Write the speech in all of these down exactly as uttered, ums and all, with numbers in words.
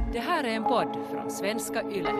Det här är en podd från Svenska Yle.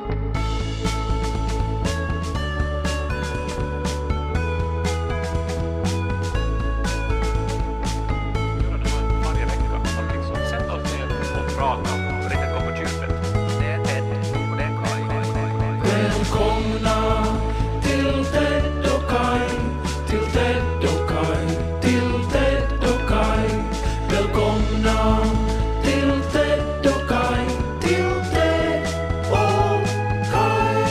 Varje vecka att liksom sätta oss ner och prata och riktigt gå på djupet. Det är Ted och det är Kaj. Välkomna till Ted och Kaj, till Ted och Kaj, till Ted och Kaj. Välkomna till Ted och Kaj, till Ted och Kaj.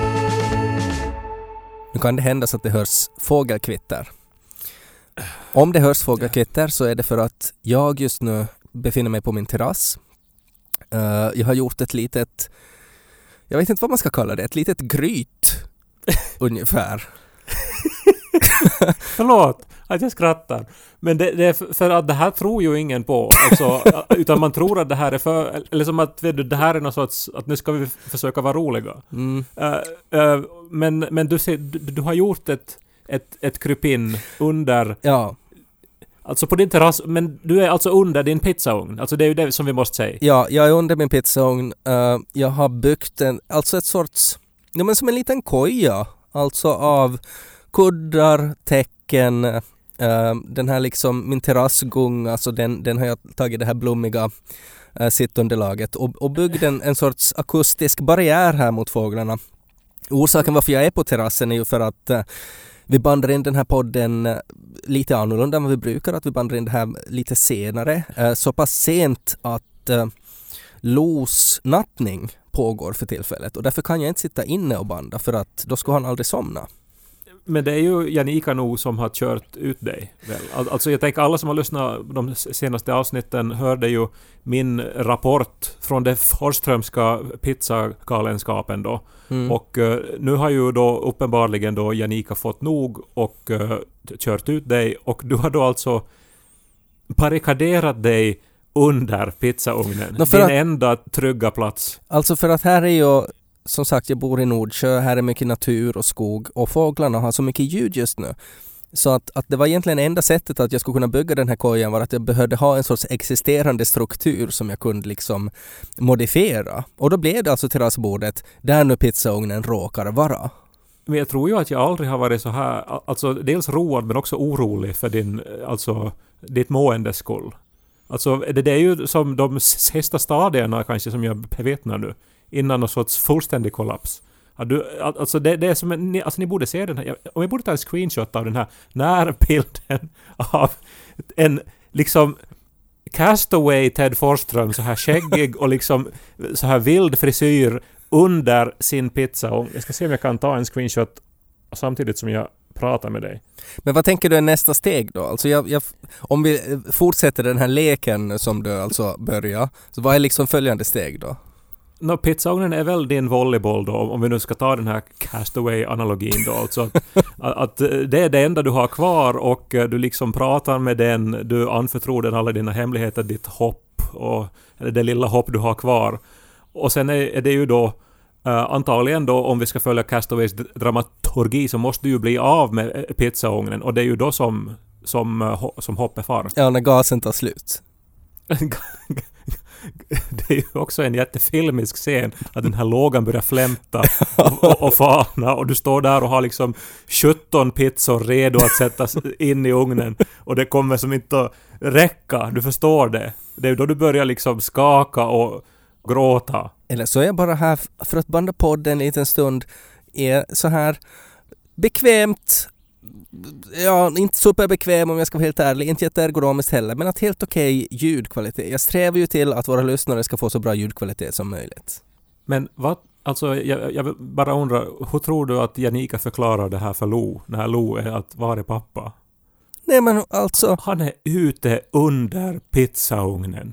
Nu kan det hända så att det hörs fågelkvitter. Om det hörs fågelkvitter så är det för att jag just nu befinner mig på min terrass. Uh, jag har gjort ett litet, jag vet inte vad man ska kalla det, ett litet gryt ungefär. Förlåt att jag skrattar. Men det, det är för att det här tror ju ingen på. Alltså, utan man tror att det här är för... Eller som att vet du, det här är något sorts... Att nu ska vi försöka vara roliga. Mm. Uh, uh, men men du, ser, du, du har gjort ett, ett, ett krypin under... Ja. Alltså på din terrass. Men du är alltså under din pizzaugn. Alltså det är ju det som vi måste säga. Ja, jag är under min pizzaugn. Uh, jag har byggt en... Alltså ett sorts... Ja, men som en liten koja. Alltså av kuddar, täcken... Uh, den här liksom, min terrassgång, alltså den, den har jag tagit det här blommiga uh, sittunderlaget och, och byggt en, en sorts akustisk barriär här mot fåglarna. Orsaken varför jag är på terrassen är ju för att uh, vi bandar in den här podden uh, lite annorlunda än vad vi brukar, att vi bandar in det här lite senare. Uh, så pass sent att uh, losnattning pågår för tillfället och därför kan jag inte sitta inne och banda för att då ska han aldrig somna. Men det är ju Janika nog som har kört ut dig. Väl? Alltså jag tänker alla som har lyssnat de senaste avsnitten hörde ju min rapport från det Forsströmska pizzagalenskapen då. Mm. Och uh, nu har ju då uppenbarligen då Janika fått nog och uh, kört ut dig. Och du har då alltså barrikaderat dig under pizzaugnen. No, din att, enda trygga plats. Alltså för att här är ju... Som sagt, jag bor i Nordsjö, här är mycket natur och skog och fåglarna har så mycket ljud just nu. Så att, att det var egentligen enda sättet att jag skulle kunna bygga den här kojan var att jag behövde ha en sorts existerande struktur som jag kunde liksom modifiera. Och då blev det alltså terrassbordet där nu pizzaugnen råkar vara. Men jag tror ju att jag aldrig har varit så här, alltså dels road men också orolig för din, alltså ditt måendes skull. Alltså det, det är ju som de sista stadierna kanske som jag bevittnar nu. Innan någon sorts fullständig kollaps. Du, alltså det, det är som en, alltså ni borde se den här, om jag borde ta en screenshot av den här närbilden av en liksom castaway Ted Forsström så här skäggig och liksom så här vild frisyr under sin pizza. Och jag ska se om jag kan ta en screenshot samtidigt som jag pratar med dig. Men vad tänker du är nästa steg då? Alltså jag, jag, om vi fortsätter den här leken som du alltså börjar, så vad är liksom följande steg då? No, pizzaugnen är väl din volleyboll då, om vi nu ska ta den här castaway-analogin då. Alltså att, att det är det enda du har kvar och du liksom pratar med den, du anförtror den alla dina hemligheter, ditt hopp och eller det lilla hopp du har kvar. Och sen är, är det ju då uh, antagligen då, om vi ska följa Castaways dramaturgi så måste du ju bli av med pizzaugnen och det är ju då som, som, som hoppet far. Ja, när gasen tar slut. Det är ju också en jättefilmisk scen att den här lågan börjar flämta och, och, och fana och du står där och har liksom sjutton pizzor redo att sättas in i ugnen och det kommer som inte att räcka, du förstår det. Det är då du börjar liksom skaka och gråta. Eller så är jag bara här för att banda podden en liten stund är så här bekvämt. Ja, inte superbekväm om jag ska vara helt ärlig, inte jätteergonomiskt heller, men att helt okej ljudkvalitet. Jag strävar ju till att våra lyssnare ska få så bra ljudkvalitet som möjligt. Men vad, alltså jag, jag bara undrar, hur tror du att Janika förklarar det här för Lo, när Lo är att vara pappa? Nej men alltså... Han är ute under pizzaugnen.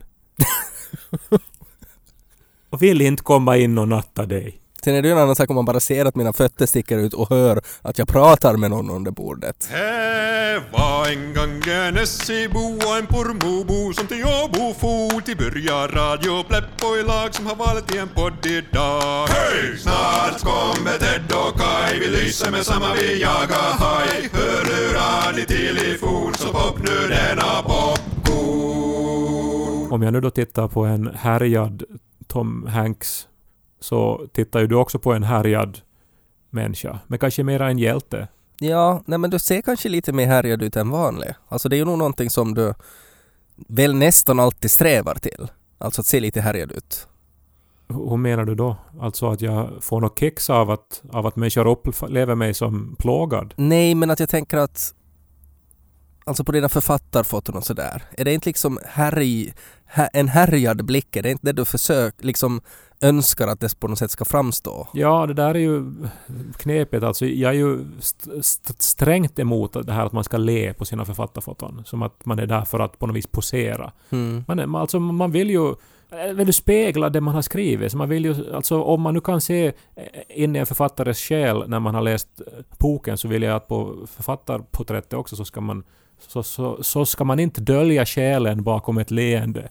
Och vill inte komma in och natta dig. Sen är det ju en annan sak om man bara ser att mina fötter sticker ut och hör att jag pratar med någon under bordet. Här var en gång en Essebo och en Pormobo som till Åbo for till börja radio Pleppo i lag som har valt i en podd idag. Hej! Snart kommer Ted och Kaj, vi lyser med samma vi jagar haj. Hör lurar ni till i fort så pop nu denna popcorn. Om jag nu då tittar på en härjad Tom Hanks, så tittar ju du också på en härjad människa. Men kanske mer en hjälte. Ja, nej men du ser kanske lite mer härjad ut än vanlig. Alltså det är ju nog någonting som du väl nästan alltid strävar till. Alltså att se lite härjad ut. Hur menar du då? Alltså att jag får något kex av att, av att människor upplever mig som plågad? Nej, men att jag tänker att alltså på dina författarfoton och sådär. Är det inte liksom härj, här, en härjad blick? Är det inte det du försöker liksom önskar att det på något sätt ska framstå? Ja, det där är ju knepet. Alltså, jag är ju st- st- strängt emot det här att man ska le på sina författarfoton. Som att man är där för att på något vis posera. Mm. Man, är, alltså, man vill ju vill du spegla det man har skrivit. Så man vill ju, alltså, om man nu kan se in i en författares själ när man har läst boken, så vill jag att på författarporträttet också så ska man så, så, så ska man inte dölja själen bakom ett leende.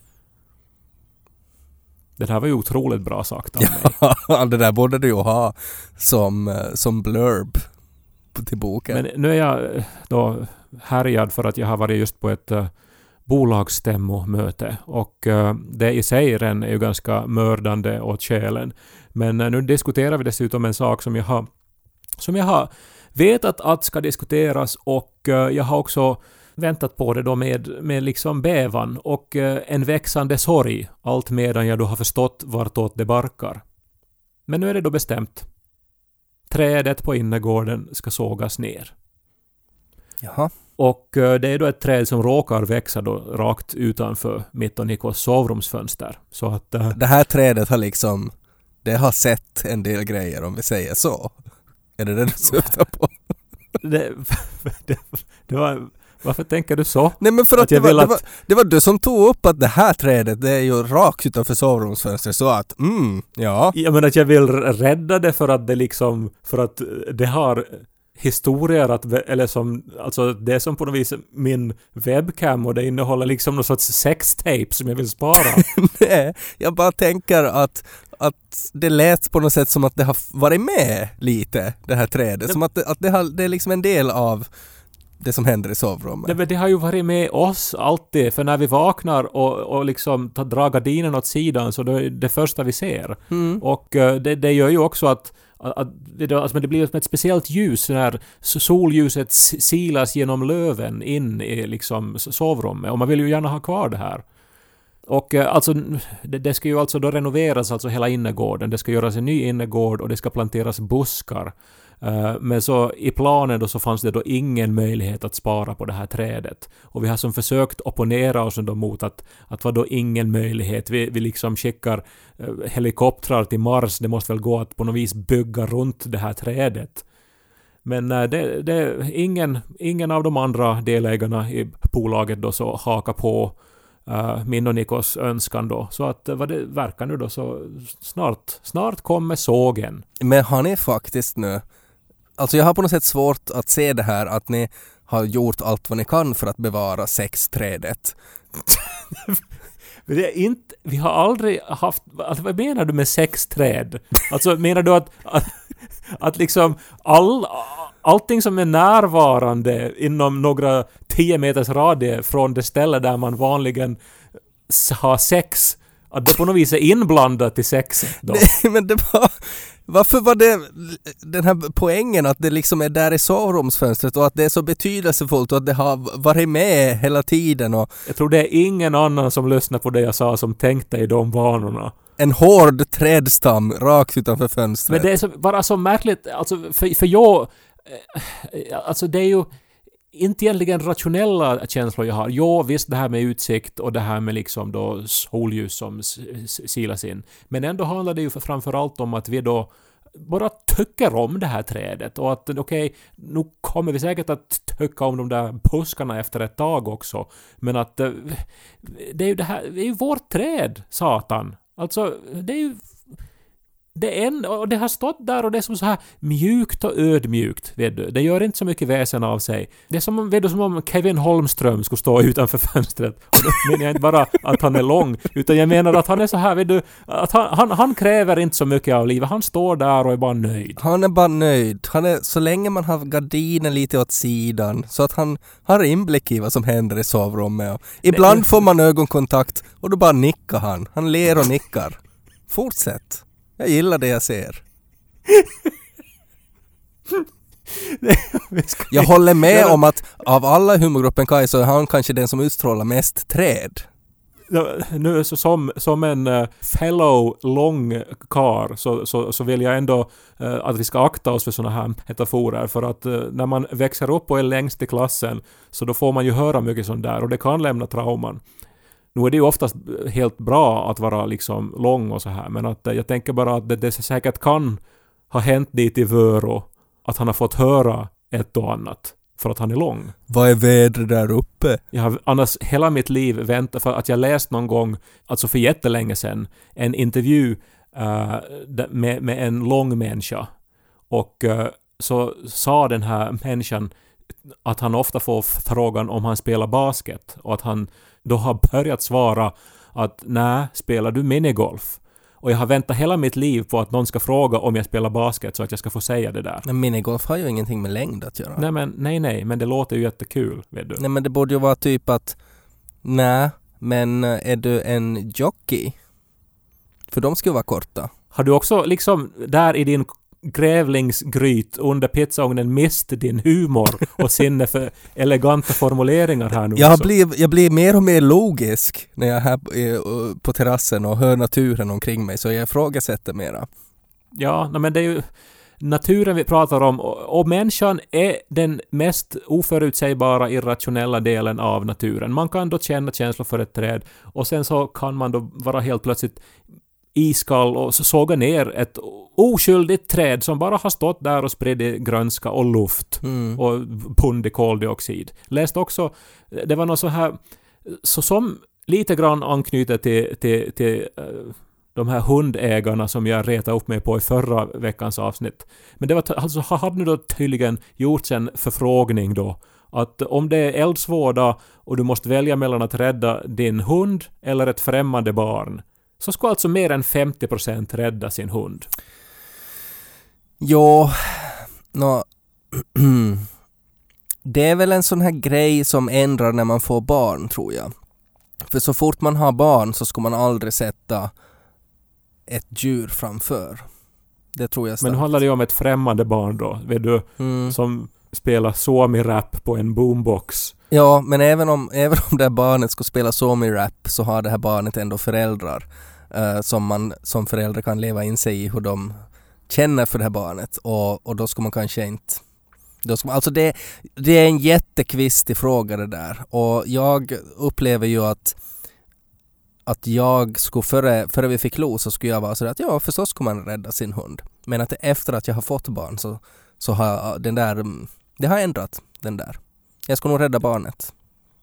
Det här var ju otroligt bra sagt av mig. Ja, det där borde du ju ha som, som blurb till boken. Men nu är jag då härjad för att jag har varit just på ett uh, bolagsstämmomöte. Och uh, det i sig redan är ju ganska mördande åt själen. Men uh, nu diskuterar vi dessutom en sak som jag har, som jag har vetat att ska diskuteras, och uh, jag har också väntat på det då med, med liksom bävan och eh, en växande sorg, allt medan jag då har förstått vartåt det barkar. Men nu är det då bestämt. Trädet på innergården ska sågas ner. Jaha. Och eh, det är då ett träd som råkar växa då rakt utanför mitt och Nikos sovrumsfönster. Så att... Eh, det här trädet har liksom, det har sett en del grejer, om vi säger så. Är det det du syftar på? det, det, det var... Varför tänker du så? Nej, men för att, att det, var, att... det, var, det var du som tog upp att det här trädet, det är ju rakt utanför sovrumsfönstret, så att, mm, ja. Jag menar att jag vill rädda det för att det liksom, för att det har historier att, eller som, alltså det är som på något vis min webcam, och det innehåller liksom någon sorts sextape som jag vill spara. Nej, jag bara tänker att att det lät på något sätt som att det har varit med lite, det här trädet. Det... Som att, det, att det, har, det är liksom en del av det som händer i sovrummet. Det, men det har ju varit med oss alltid, för när vi vaknar och, och liksom tar, drar gardinen åt sidan, så det är det första vi ser. Mm. Och uh, det, det gör ju också att, att, att det, alltså, det blir ett speciellt ljus när solljuset silas genom löven in i liksom sovrummet, och man vill ju gärna ha kvar det här. Och uh, alltså det, det ska ju alltså då renoveras, alltså hela innergården. Det ska göras en ny innergård och det ska planteras buskar. Uh, men så i planen då så fanns det då ingen möjlighet att spara på det här trädet. Och vi har som försökt opponera oss då mot att, att var då ingen möjlighet. Vi, vi liksom skickar uh, helikoptrar till Mars. Det måste väl gå att på något vis bygga runt det här trädet. Men uh, det, det, ingen, ingen av de andra delägarna i bolaget då så hakar på uh, min och Nikos önskan då. Så att uh, vad det verkar nu då så snart, snart kommer sågen. Men har ni faktiskt nu, alltså jag har på något sätt svårt att se det här att ni har gjort allt vad ni kan för att bevara sexträdet. Men det är inte, vi har aldrig haft, alltså vad menar du med sexträd? Alltså menar du att, att, att liksom all, allting som är närvarande inom några tio meters radie från det ställe där man vanligen har sex, att det på något vis är inblandat i sex då? Nej, men det var... Varför var det den här poängen att det liksom är där i sovrumsfönstret och att det är så betydelsefullt och att det har varit med hela tiden? Och jag tror det är ingen annan som lyssnar på det jag sa som tänkte i de banorna. En hård trädstam rakt utanför fönstret. Men det är så, bara så märkligt, alltså för, för jag, alltså det är ju inte egentligen rationella känslor jag har. Jo, visst det här med utsikt och det här med liksom då solljus som silas in. Men ändå handlar det ju för framförallt om att vi då bara tycker om det här trädet. Och att okej, okay, nu kommer vi säkert att tycka om de där buskarna efter ett tag också. Men att det är ju det här, det är ju vårt träd, satan. Alltså, det är ju det är en, och det har stått där och det är som så här mjukt och ödmjukt, vet du. Det gör inte så mycket väsen av sig. Det är som, vet du, som om Kevin Holmström skulle stå utanför fönstret. Och då menar jag inte bara att han är lång, utan jag menar att han är så här, vet du, att han, han, han kräver inte så mycket av livet. Han står där och är bara nöjd. Han är bara nöjd. Han är, så länge man har gardinen lite åt sidan så att han har inblick i vad som händer i sovrummet. Ibland får man ögonkontakt och då bara nickar han. Han ler och nickar. Fortsätt. Jag gillar det jag ser. Jag håller med om att av alla humorgruppen Kaj så är han kanske den som utstrålar mest träd. Nu så som, som en uh, fellow lång kar så, så, så vill jag ändå uh, att vi ska akta oss för såna här metaforer, för att uh, när man växer upp och är längst i klassen så då får man ju höra mycket sånt där och det kan lämna trauman. Nu är det ju oftast helt bra att vara liksom lång och så här, men att uh, jag tänker bara att det, det säkert kan ha hänt dit i Vörå att han har fått höra ett och annat för att han är lång. Vad är vädret där uppe? Jag har annars hela mitt liv väntat för att jag läst någon gång, alltså för jättelänge sedan, en intervju uh, med, med en lång människa. Och uh, så sa den här människan att han ofta får frågan om han spelar basket och att han då har börjat svara att nej, spelar du minigolf? Och jag har väntat hela mitt liv på att någon ska fråga om jag spelar basket så att jag ska få säga det där. Men minigolf har ju ingenting med längd att göra. Nej, men, nej, nej, men det låter ju jättekul, vet du. Nej, men det borde ju vara typ att nej, men är du en jockey? För de ska ju vara korta. Har du också liksom där i din grävlingsgryt under pizzaugnen mist din humor och sinne för eleganta formuleringar här nu? Jag blir, jag blir mer och mer logisk när jag är här på terrassen och hör naturen omkring mig, så jag ifrågasätter mera. Ja, men det är ju naturen vi pratar om, och människan är den mest oförutsägbara irrationella delen av naturen. Man kan då känna känslor för ett träd och sen så kan man då vara helt plötsligt iskall och såga ner ett oskyldigt träd som bara har stått där och spridit grönska och luft mm. och pund i koldioxid. Läste också, det var något så här så som lite grann anknyter till, till, till uh, de här hundägarna som jag retade upp mig på i förra veckans avsnitt. Men det var alltså hade nu då tydligen gjorts en förfrågning då att om det är eldsvåda och du måste välja mellan att rädda din hund eller ett främmande barn, så ska alltså mer än femtio procent rädda sin hund. Ja, no, det är väl en sån här grej som ändrar när man får barn, tror jag. För så fort man har barn så ska man aldrig sätta ett djur framför. Det tror jag starkt. Men nu handlar det ju om ett främmande barn då, vet du, mm. som spelar Suomi-rap på en boombox. Ja, men även om, även om det här barnet ska spela Suomi-rap så har det här barnet ändå föräldrar uh, som man som förälder kan leva in sig i hur de känner för det här barnet. Och, och då ska man kanske inte... Då ska man, alltså det, det är en jättekvistig fråga det där. Och jag upplever ju att att jag skulle före, före vi fick Lo så skulle jag vara så att ja, förstås ska man rädda sin hund. Men att efter att jag har fått barn så, så har jag, den där, det har ändrat den där. Jag ska nog rädda barnet.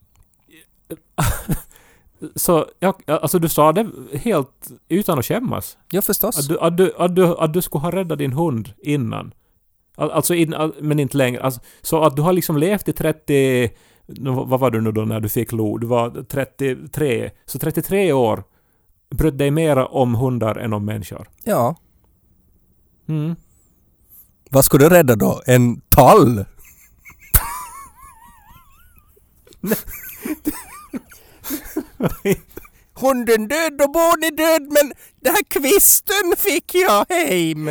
Så ja, alltså du sa det helt utan att skämmas. Ja, förstås. Att du, att du, att du, att du skulle ha räddat din hund innan. Alltså in, men inte längre. Alltså, så att du har liksom levt i trettio... Vad var du nu då när du fick Lo? Du var trettiotre. Så trettiotre år bröt dig mera om hundar än om människor. Ja. Mm. Vad ska du rädda då? En tall? Hunden död och barn är död, men den här kvisten fick jag hem.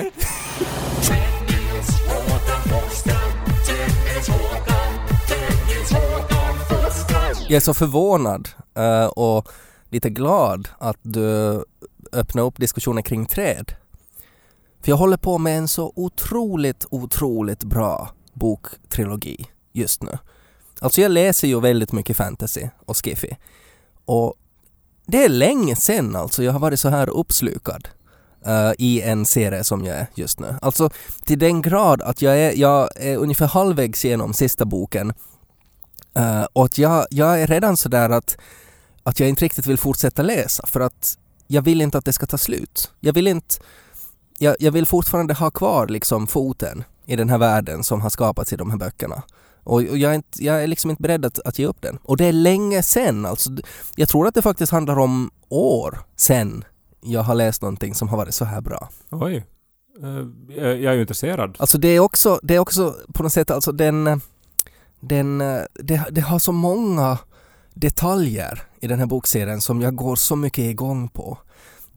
Jag är så förvånad uh, och lite glad att du öppnar upp diskussionen kring träd. För jag håller på med en så otroligt, otroligt bra boktrilogi just nu. Alltså jag läser ju väldigt mycket fantasy och skiffy. Och det är länge sedan alltså jag har varit så här uppslukad uh, i en serie som jag är just nu. Alltså till den grad att jag är, jag är ungefär halvvägs genom sista boken. Uh, och att jag, jag är redan så där att, att jag inte riktigt vill fortsätta läsa. För att jag vill inte att det ska ta slut. Jag vill inte... Jag, jag vill fortfarande ha kvar liksom foten i den här världen som har skapats i de här böckerna. Och, och jag, är inte, jag är liksom inte beredd att, att ge upp den. Och det är länge sen. Alltså, jag tror att det faktiskt handlar om år sen jag har läst någonting som har varit så här bra. Oj, uh, jag är ju intresserad. Alltså det är också, det är också på något sätt, alltså den, den, det, det har så många detaljer i den här bokserien som jag går så mycket igång på.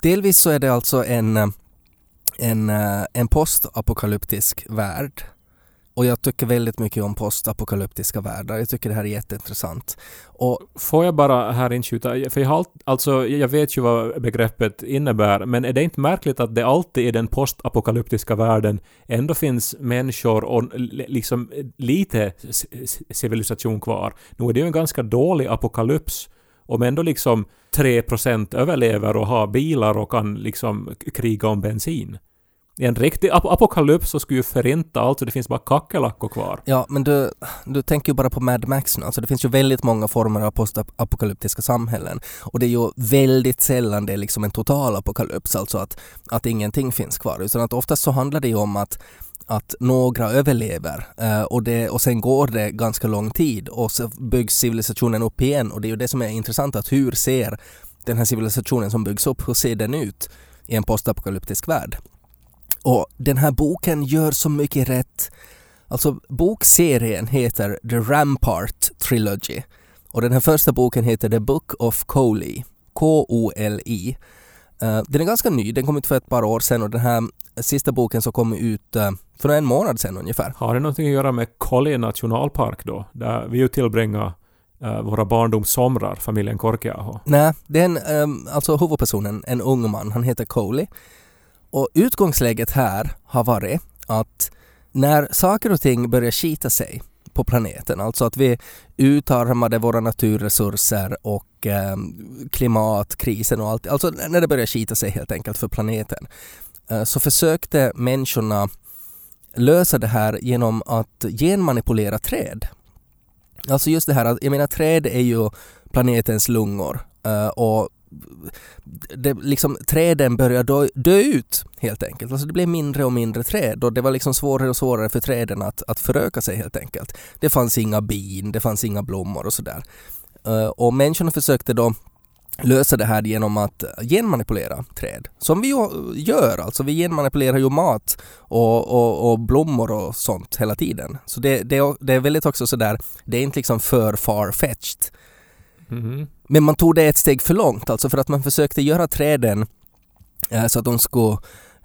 delvis så är det alltså en, en, en postapokalyptisk värld. Och jag tycker väldigt mycket om postapokalyptiska världar. Jag tycker det här är jätteintressant. Och får jag bara här inskjuta, för jag, har, alltså, jag vet ju vad begreppet innebär, men är det inte märkligt att det alltid i den postapokalyptiska världen ändå finns människor och liksom lite civilisation kvar? Nu är det ju en ganska dålig apokalyps, om ändå liksom tre procent överlever och har bilar och kan liksom kriga om bensin. I en riktig ap- apokalyps så skulle ju förinta allt, så det finns bara kackerlackor kvar. Ja, men du, du tänker ju bara på Mad Max nu. Alltså det finns ju väldigt många former av postapokalyptiska samhällen. Och det är ju väldigt sällan det är liksom en total apokalyps, alltså att, att ingenting finns kvar. Utan att oftast så handlar det ju om att att några överlever eh, och, det, och sen går det ganska lång tid och så byggs civilisationen upp igen. Och det är ju det som är intressant, att hur ser den här civilisationen som byggs upp, hur ser den ut i en postapokalyptisk värld? Och den här boken gör så mycket rätt. Alltså bokserien heter The Rampart Trilogy. Och den här första boken heter The Book of Coley. K O L I. Uh, den är ganska ny, den kom ut för ett par år sedan, och den här sista boken så kom ut uh, för en månad sedan ungefär. Har det någonting att göra med Coley nationalpark då? Där vi ju tillbringar uh, våra barndomssomrar, familjen Korkeaho. Nej, det är en, um, alltså huvudpersonen, en ung man, han heter Coley. Och utgångsläget här har varit att när saker och ting börjar skita sig på planeten, alltså att vi utarmade våra naturresurser och eh, klimatkrisen och allt, alltså när det börjar skita sig helt enkelt för planeten, eh, så försökte människorna lösa det här genom att genmanipulera träd. Alltså just det här att, jag menar, träd är ju planetens lungor eh, och det, liksom, träden började dö, dö ut helt enkelt. Alltså det blev mindre och mindre träd och det var liksom svårare och svårare för träden att, att föröka sig helt enkelt. Det fanns inga bin, det fanns inga blommor och sådär. Uh, och människorna försökte då lösa det här genom att genmanipulera träd. Som vi ju gör, alltså vi genmanipulerar ju mat och, och, och blommor och sånt hela tiden. Så det, det, det är väldigt också sådär, det är inte liksom för far-fetched. Mm-hmm. Men man tog det ett steg för långt, alltså för att man försökte göra träden eh, så att de skulle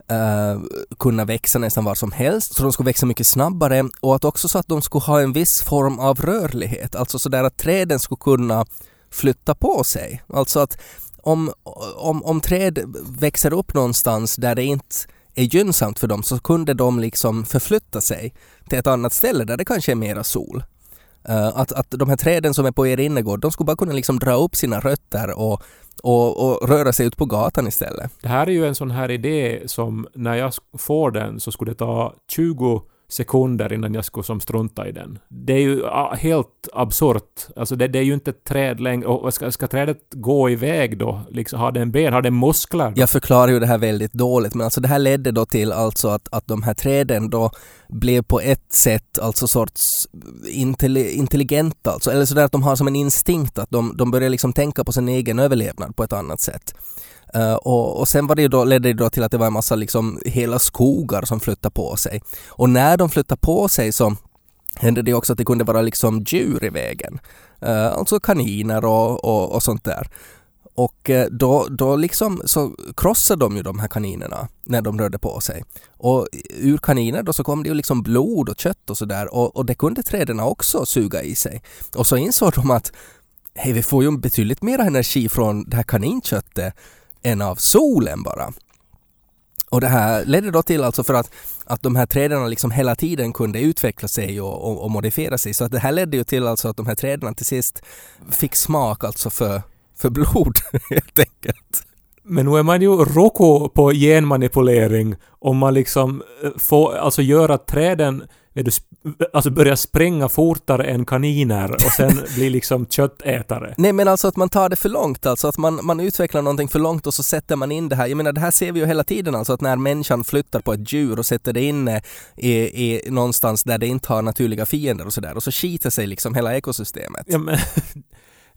eh, kunna växa nästan var som helst, så de skulle växa mycket snabbare, och att också så att de skulle ha en viss form av rörlighet, alltså så där att träden skulle kunna flytta på sig. Alltså att om, om, om träd växer upp någonstans där det inte är gynnsamt för dem, så kunde de liksom förflytta sig till ett annat ställe där det kanske är mera sol. Uh, att, att de här träden som är på er innergård, de skulle bara kunna liksom dra upp sina rötter och, och, och röra sig ut på gatan istället. Det här är ju en sån här idé som när jag får den så skulle det ta tjugo sekunder innan jag skulle som strunta i den. Det är ju uh, helt absurt. Alltså det, det är ju inte ett träd längre. Och ska, ska trädet gå iväg då? Liksom, har det en ben? Har det muskler? Då? Jag förklarar ju det här väldigt dåligt, men alltså det här ledde då till alltså att, att de här träden då blev på ett sätt alltså sorts intelli- intelligenta, alltså, eller sådär att de har som en instinkt att de, de börjar liksom tänka på sin egen överlevnad på ett annat sätt. Uh, och, och sen var det då, ledde det då till att det var en massa liksom hela skogar som flyttade på sig. Och när de flyttade på sig så hände det också att det kunde vara liksom djur i vägen. Uh, alltså kaniner och, och, och sånt där. Och uh, då, då liksom så krossade de ju de här kaninerna när de rörde på sig. Och ur kaniner då så kom det ju liksom blod och kött och sådär. Och, och det kunde träden också suga i sig. Och så insåg de att hej, vi får ju betydligt mer energi från det här kaninköttet än av solen bara. Och det här ledde då till alltså för att, att de här träden liksom hela tiden kunde utveckla sig och, och, och modifiera sig. Så att det här ledde ju till alltså att de här träden till sist fick smak alltså för, för blod helt enkelt. Men nu är man ju roko på genmanipulering om man liksom får, alltså gör att träden du, alltså börjar springa fortare än kaniner och sen blir liksom köttätare. Nej, men alltså att man tar det för långt, alltså att man, man utvecklar någonting för långt och så sätter man in det här. Jag menar, det här ser vi ju hela tiden, alltså att när människan flyttar på ett djur och sätter det inne i, i någonstans där det inte har naturliga fiender och sådär, och så skiter sig liksom hela ekosystemet. Ja, men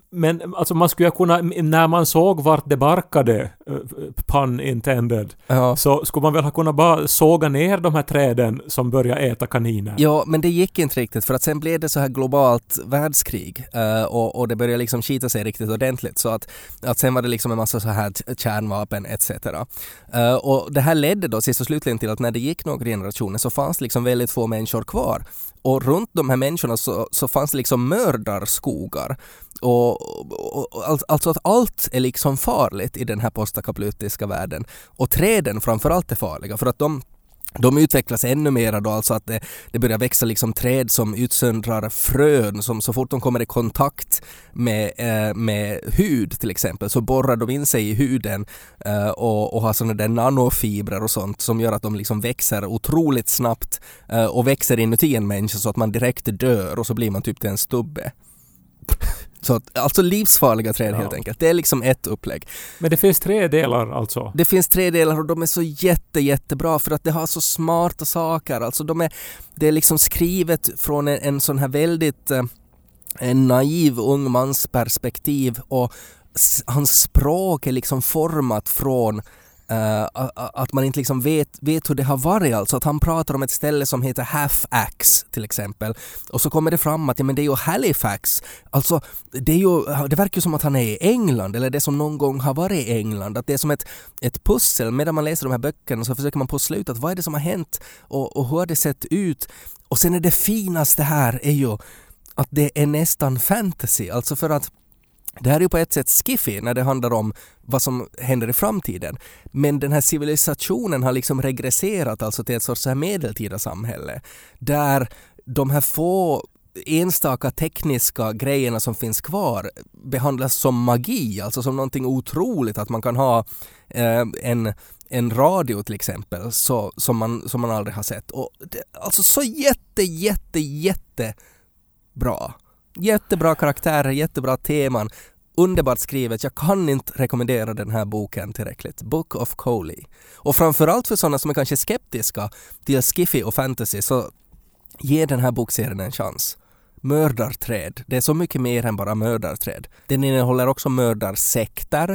Men alltså man skulle kunna, när man såg vart det barkade, pun intended, Ja. så skulle man väl ha kunnat bara såga ner de här träden som börjar äta kaniner. Ja, men det gick inte riktigt för att sen blev det så här globalt världskrig uh, och, och det började liksom skita sig riktigt ordentligt så att, att sen var det liksom en massa så här t- kärnvapen et cetera. Uh, och det här ledde då sist och slutligen till att när det gick några generationer så fanns liksom väldigt få människor kvar. Och runt de här människorna så, så fanns det liksom mördarskogar. Och, och, och, alltså att allt är liksom farligt i den här postapokalyptiska världen. Och träden framförallt är farliga för att de De utvecklas ännu mer då, alltså att det, det börjar växa liksom träd som utsöndrar frön som så fort de kommer i kontakt med, eh, med hud till exempel så borrar de in sig i huden eh, och, och har sådana där nanofibrer och sånt som gör att de liksom växer otroligt snabbt eh, och växer inuti en människa så att man direkt dör och så blir man typ till en stubbe. Så att, alltså livsfarliga träd helt Ja. enkelt. Det är liksom ett upplägg. Men det finns tre delar alltså. Det finns tre delar och de är så jätte, jättebra för att det har så smarta saker. Alltså de är, det är liksom skrivet från en, en sån här väldigt eh, en naiv ung mans perspektiv och s- hans språk är liksom format från Uh, att man inte liksom vet, vet hur det har varit. Alltså att han pratar om ett ställe som heter Half-Axe till exempel. Och så kommer det fram att ja, men det är ju Halifax. Alltså det, är ju, det verkar ju som att han är i England eller det som någon gång har varit i England. Att det är som ett, ett pussel. Medan man läser de här böckerna så försöker man pussla ut att vad är det som har hänt och, och hur har det sett ut. Och sen är det finaste här är ju att det är nästan fantasy. Alltså för att det här är ju på ett sätt skiffy när det handlar om vad som händer i framtiden. Men den här civilisationen har liksom regresserat alltså till ett sorts så här medeltida samhälle. Där de här få enstaka tekniska grejerna som finns kvar behandlas som magi. Alltså som någonting otroligt att man kan ha eh, en, en radio till exempel så, som, man, som man aldrig har sett. Och det, alltså så jätte, jätte, jätte bra. Jättebra karaktärer, jättebra teman. Underbart skrivet. Jag kan inte rekommendera den här boken tillräckligt. Book of Coley. Och framförallt för sådana som är kanske skeptiska till skiffy och fantasy så ge den här bokserien en chans. Mördarträd. Det är så mycket mer än bara mördarträd. Den innehåller också mördarsekter.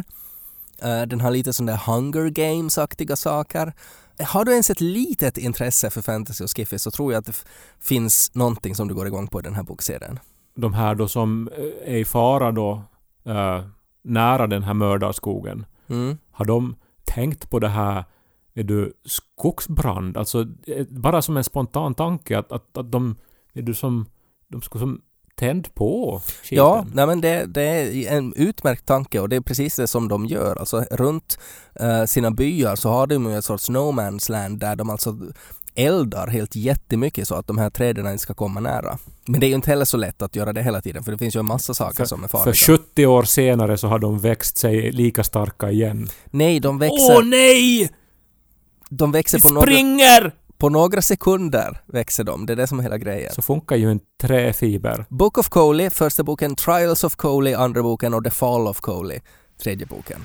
Den har lite sådana där Hunger Games-aktiga saker. Har du ens ett litet intresse för fantasy och skiffy så tror jag att det f- finns någonting som du går igång på i den här bokserien. De här då som är i fara då äh, nära den här mördarskogen. Mm. Har de tänkt på det här är du skogsbrand? Alltså bara som en spontan tanke att, att, att de är du som de ska som tänd på skiten. Ja, nej men det, det är en utmärkt tanke och det är precis det som de gör. Alltså runt uh, sina byar så har de ju ett sorts no man's land där de alltså eldar helt jättemycket så att de här träden inte ska komma nära. Men det är ju inte heller så lätt att göra det hela tiden för det finns ju en massa saker för, som är farliga. För sjuttio år senare så har de växt sig lika starka igen. Nej, de växer... Åh nej! De växer på några, Springer! på några sekunder växer de. Det är det som är hela grejen. Så funkar ju en träfiber. Book of Coley, första boken, Trials of Coley, andra boken och The Fall of Coley, tredje boken.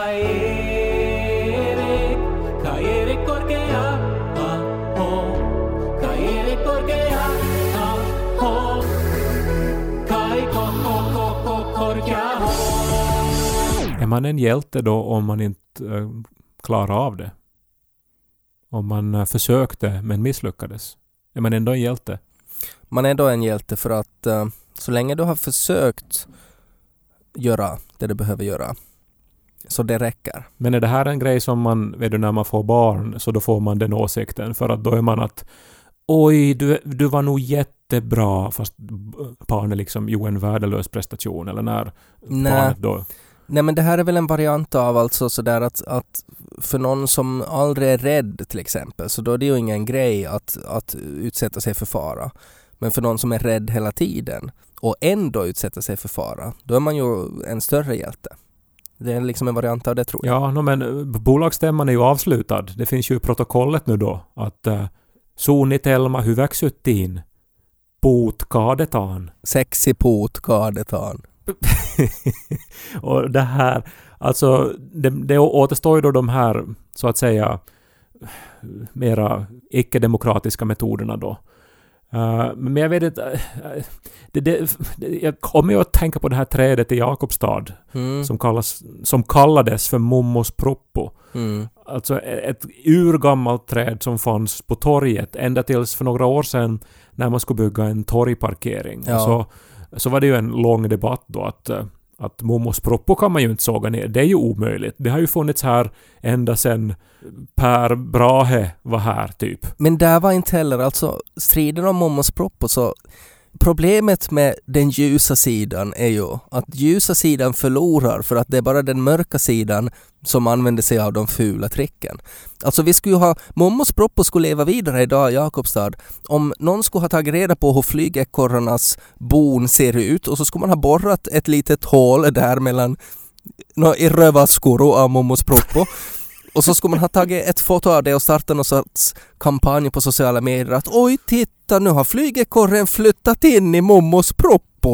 Är man en hjälte då om man inte äh, klarar av det? Om man äh, försökte men misslyckades? Är man ändå en hjälte? Man är ändå en hjälte för att uh, så länge du har försökt göra det du behöver göra så det räcker. Men är det här en grej som man, vet du, när man får barn så då får man den åsikten för att då är man att oj, du, du var nog jättebra fast barnet liksom gjorde en värdelös prestation eller när Nej. barnet då... Nej men det här är väl en variant av alltså sådär att, att för någon som aldrig är rädd till exempel så då är det ju ingen grej att, att utsätta sig för fara. Men för någon som är rädd hela tiden och ändå utsätta sig för fara, då är man ju en större hjälte. Det är liksom en variant av det tror jag. Ja, no, men bolagsstämman är ju avslutad. Det finns ju protokollet nu då att äh, suunnitelma hyväksyttiin puut kaadetaan. Sexy pot kaadetaan. Och det här, alltså det, det återstår ju då de här så att säga mera icke-demokratiska metoderna då. Uh, men jag vet inte, uh, det, det, det, jag kommer ju att tänka på det här trädet i Jakobstad Mm. som, kallas, som kallades för Mummos Proppo. Mm. Alltså ett urgammalt träd som fanns på torget ända tills för några år sedan när man skulle bygga en torgparkering. Ja. Så, så var det ju en lång debatt då att, att Mummos Proppo kan man ju inte såga ner. Det är ju omöjligt. Det har ju funnits här ända sedan Per Brahe var här typ. Men där var inte heller, alltså striden om Mummos Proppo, så problemet med den ljusa sidan är ju att ljusa sidan förlorar för att det är bara den mörka sidan som använder sig av de fula tricken. Alltså vi skulle ju ha, Mummos Proppo skulle leva vidare idag i Jakobstad om någon skulle ha tagit reda på hur flygekorrarnas bon ser ut och så skulle man ha borrat ett litet hål där mellan no, i rövaskoro av Mummos Proppo. Och så skulle man ha tagit ett foto av det och startat någon sorts kampanj på sociala medier att oj, titta, nu har flygekorren flyttat in i Mummos Proppo.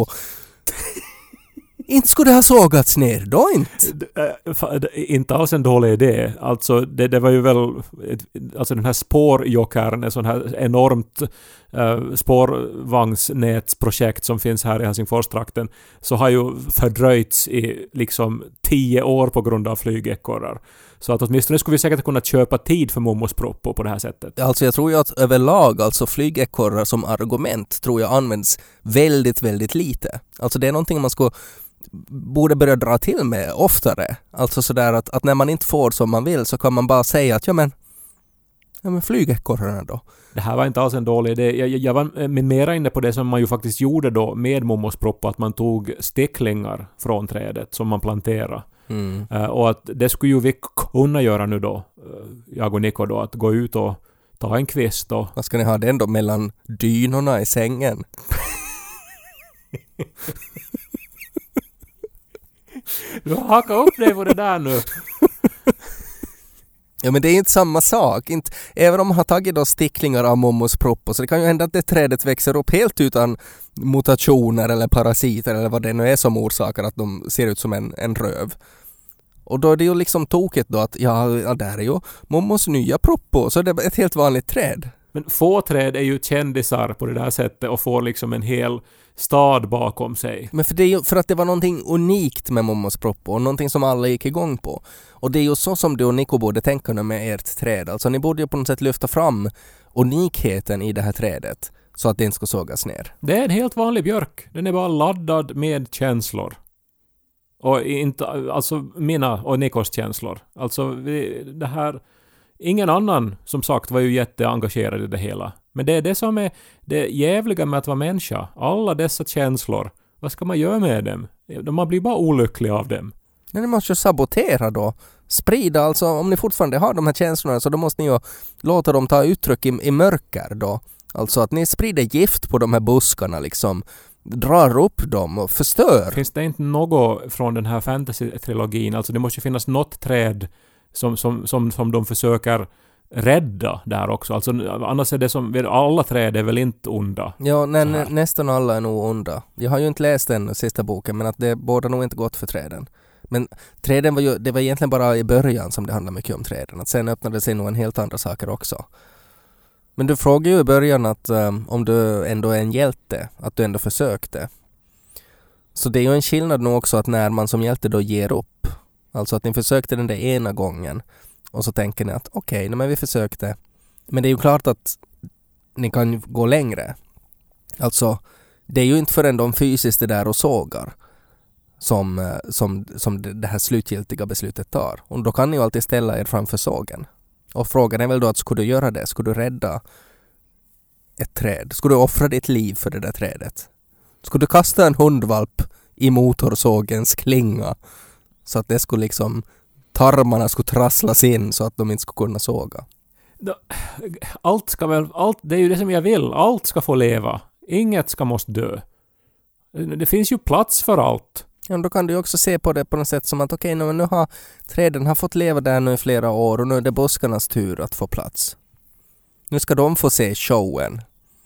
Inte skulle det ha sågats ner då inte. Inte alls en dålig idé. Alltså det, det var ju väl alltså den här spårjokern, en sån här enormt uh, spårvagnsnätsprojekt som finns här i Helsingfors-trakten, så har ju fördröjts i liksom tio år på grund av flygekorrar. Så att åtminstone skulle vi säkert kunna köpa tid för Mummos Proppo på det här sättet. Alltså jag tror ju att överlag alltså flygekorrar som argument tror jag används väldigt, väldigt lite. Alltså det är någonting man ska borde börja dra till med oftare. Alltså sådär att, att när man inte får som man vill så kan man bara säga att ja men, ja men flygekorrarna då. Det här var inte alls en dålig idé. Jag, jag var mera inne på det som man ju faktiskt gjorde då med Mummos Proppo, att man tog sticklingar från trädet som man planterade. Mm. Uh, och att det skulle ju vi kunna göra nu då, uh, jag och Nico då, att gå ut och ta en kvist och... Vad ska ni ha den då mellan dynorna i sängen? Du har hakat upp dig på det där nu. Ja men det är inte samma sak. Inte, även om man har tagit då sticklingar av Mummos Proppo, så det kan ju hända att det trädet växer upp helt utan mutationer eller parasiter eller vad det nu är som orsakar att de ser ut som en, en röv. Och då är det ju liksom tokigt då att ja, ja där är ju Mummos nya Proppo, så det är ett helt vanligt träd. Men få träd är ju kändisar på det där sättet och får liksom en hel stad bakom sig. Men för, det är ju, för att det var någonting unikt med Mummos Proppo och någonting som alla gick igång på. Och det är ju så som du och Nico borde tänka nu med ert träd. Alltså ni borde ju på något sätt lyfta fram unikheten i det här trädet så att det inte ska sågas ner. Det är en helt vanlig björk. Den är bara laddad med känslor. Och inte, alltså mina och Nikos känslor. Alltså vi, det här... Ingen annan, som sagt, var ju jätteengagerad i det hela. Men det är det som är det jävliga med att vara människa. Alla dessa känslor, vad ska man göra med dem? Man blir bara olycklig av dem. Men ni måste ju sabotera då. Sprida, alltså om ni fortfarande har de här känslorna så då måste ni ju låta dem ta uttryck i, i mörker då. Alltså att ni sprider gift på de här buskarna liksom. Drar upp dem och förstör. Finns det inte något från den här fantasy-trilogin? Alltså det måste ju finnas något träd Som, som, som, som de försöker rädda där också. Alltså, annars är det som... Alla träd är väl inte onda? Ja, nä, nä, nästan alla är nog onda. Jag har ju inte läst den sista boken, men att det båda nog inte gått för träden. Men träden var ju... Det var egentligen bara i början som det handlade mycket om träden. Att sen öppnade sig nog en helt andra saker också. Men du frågade ju i början att um, om du ändå är en hjälte. Att du ändå försökte. Så det är ju en skillnad nog också att när man som hjälte då ger upp. Alltså att ni försökte den där ena gången och så tänker ni att okej, okay, men vi försökte. Men det är ju klart att ni kan gå längre. Alltså, det är ju inte förrän de fysiskt är där och sågar som, som, som det här slutgiltiga beslutet tar. Och då kan ni ju alltid ställa er framför sågen. Och frågan är väl då att skulle du göra det? Skulle du rädda ett träd? Skulle du offra ditt liv för det där trädet? Skulle du kasta en hundvalp i motorsågens klinga? Så att det skulle liksom, tarmarna skulle trasslas in så att de inte skulle kunna såga. Allt ska väl, allt, det är ju det som jag vill. Allt ska få leva. Inget ska måste dö. Det finns ju plats för allt. Ja, då kan du också se på det på något sätt som att okej, okay, nu har träden har fått leva där nu i flera år och nu är det buskarnas tur att få plats. Nu ska de få se showen.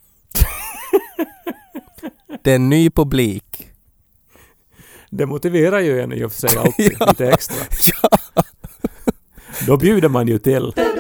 Det är en ny publik. Det motiverar ju en i och för sig alltid ja. lite extra. Ja. Då bjuder man ju till.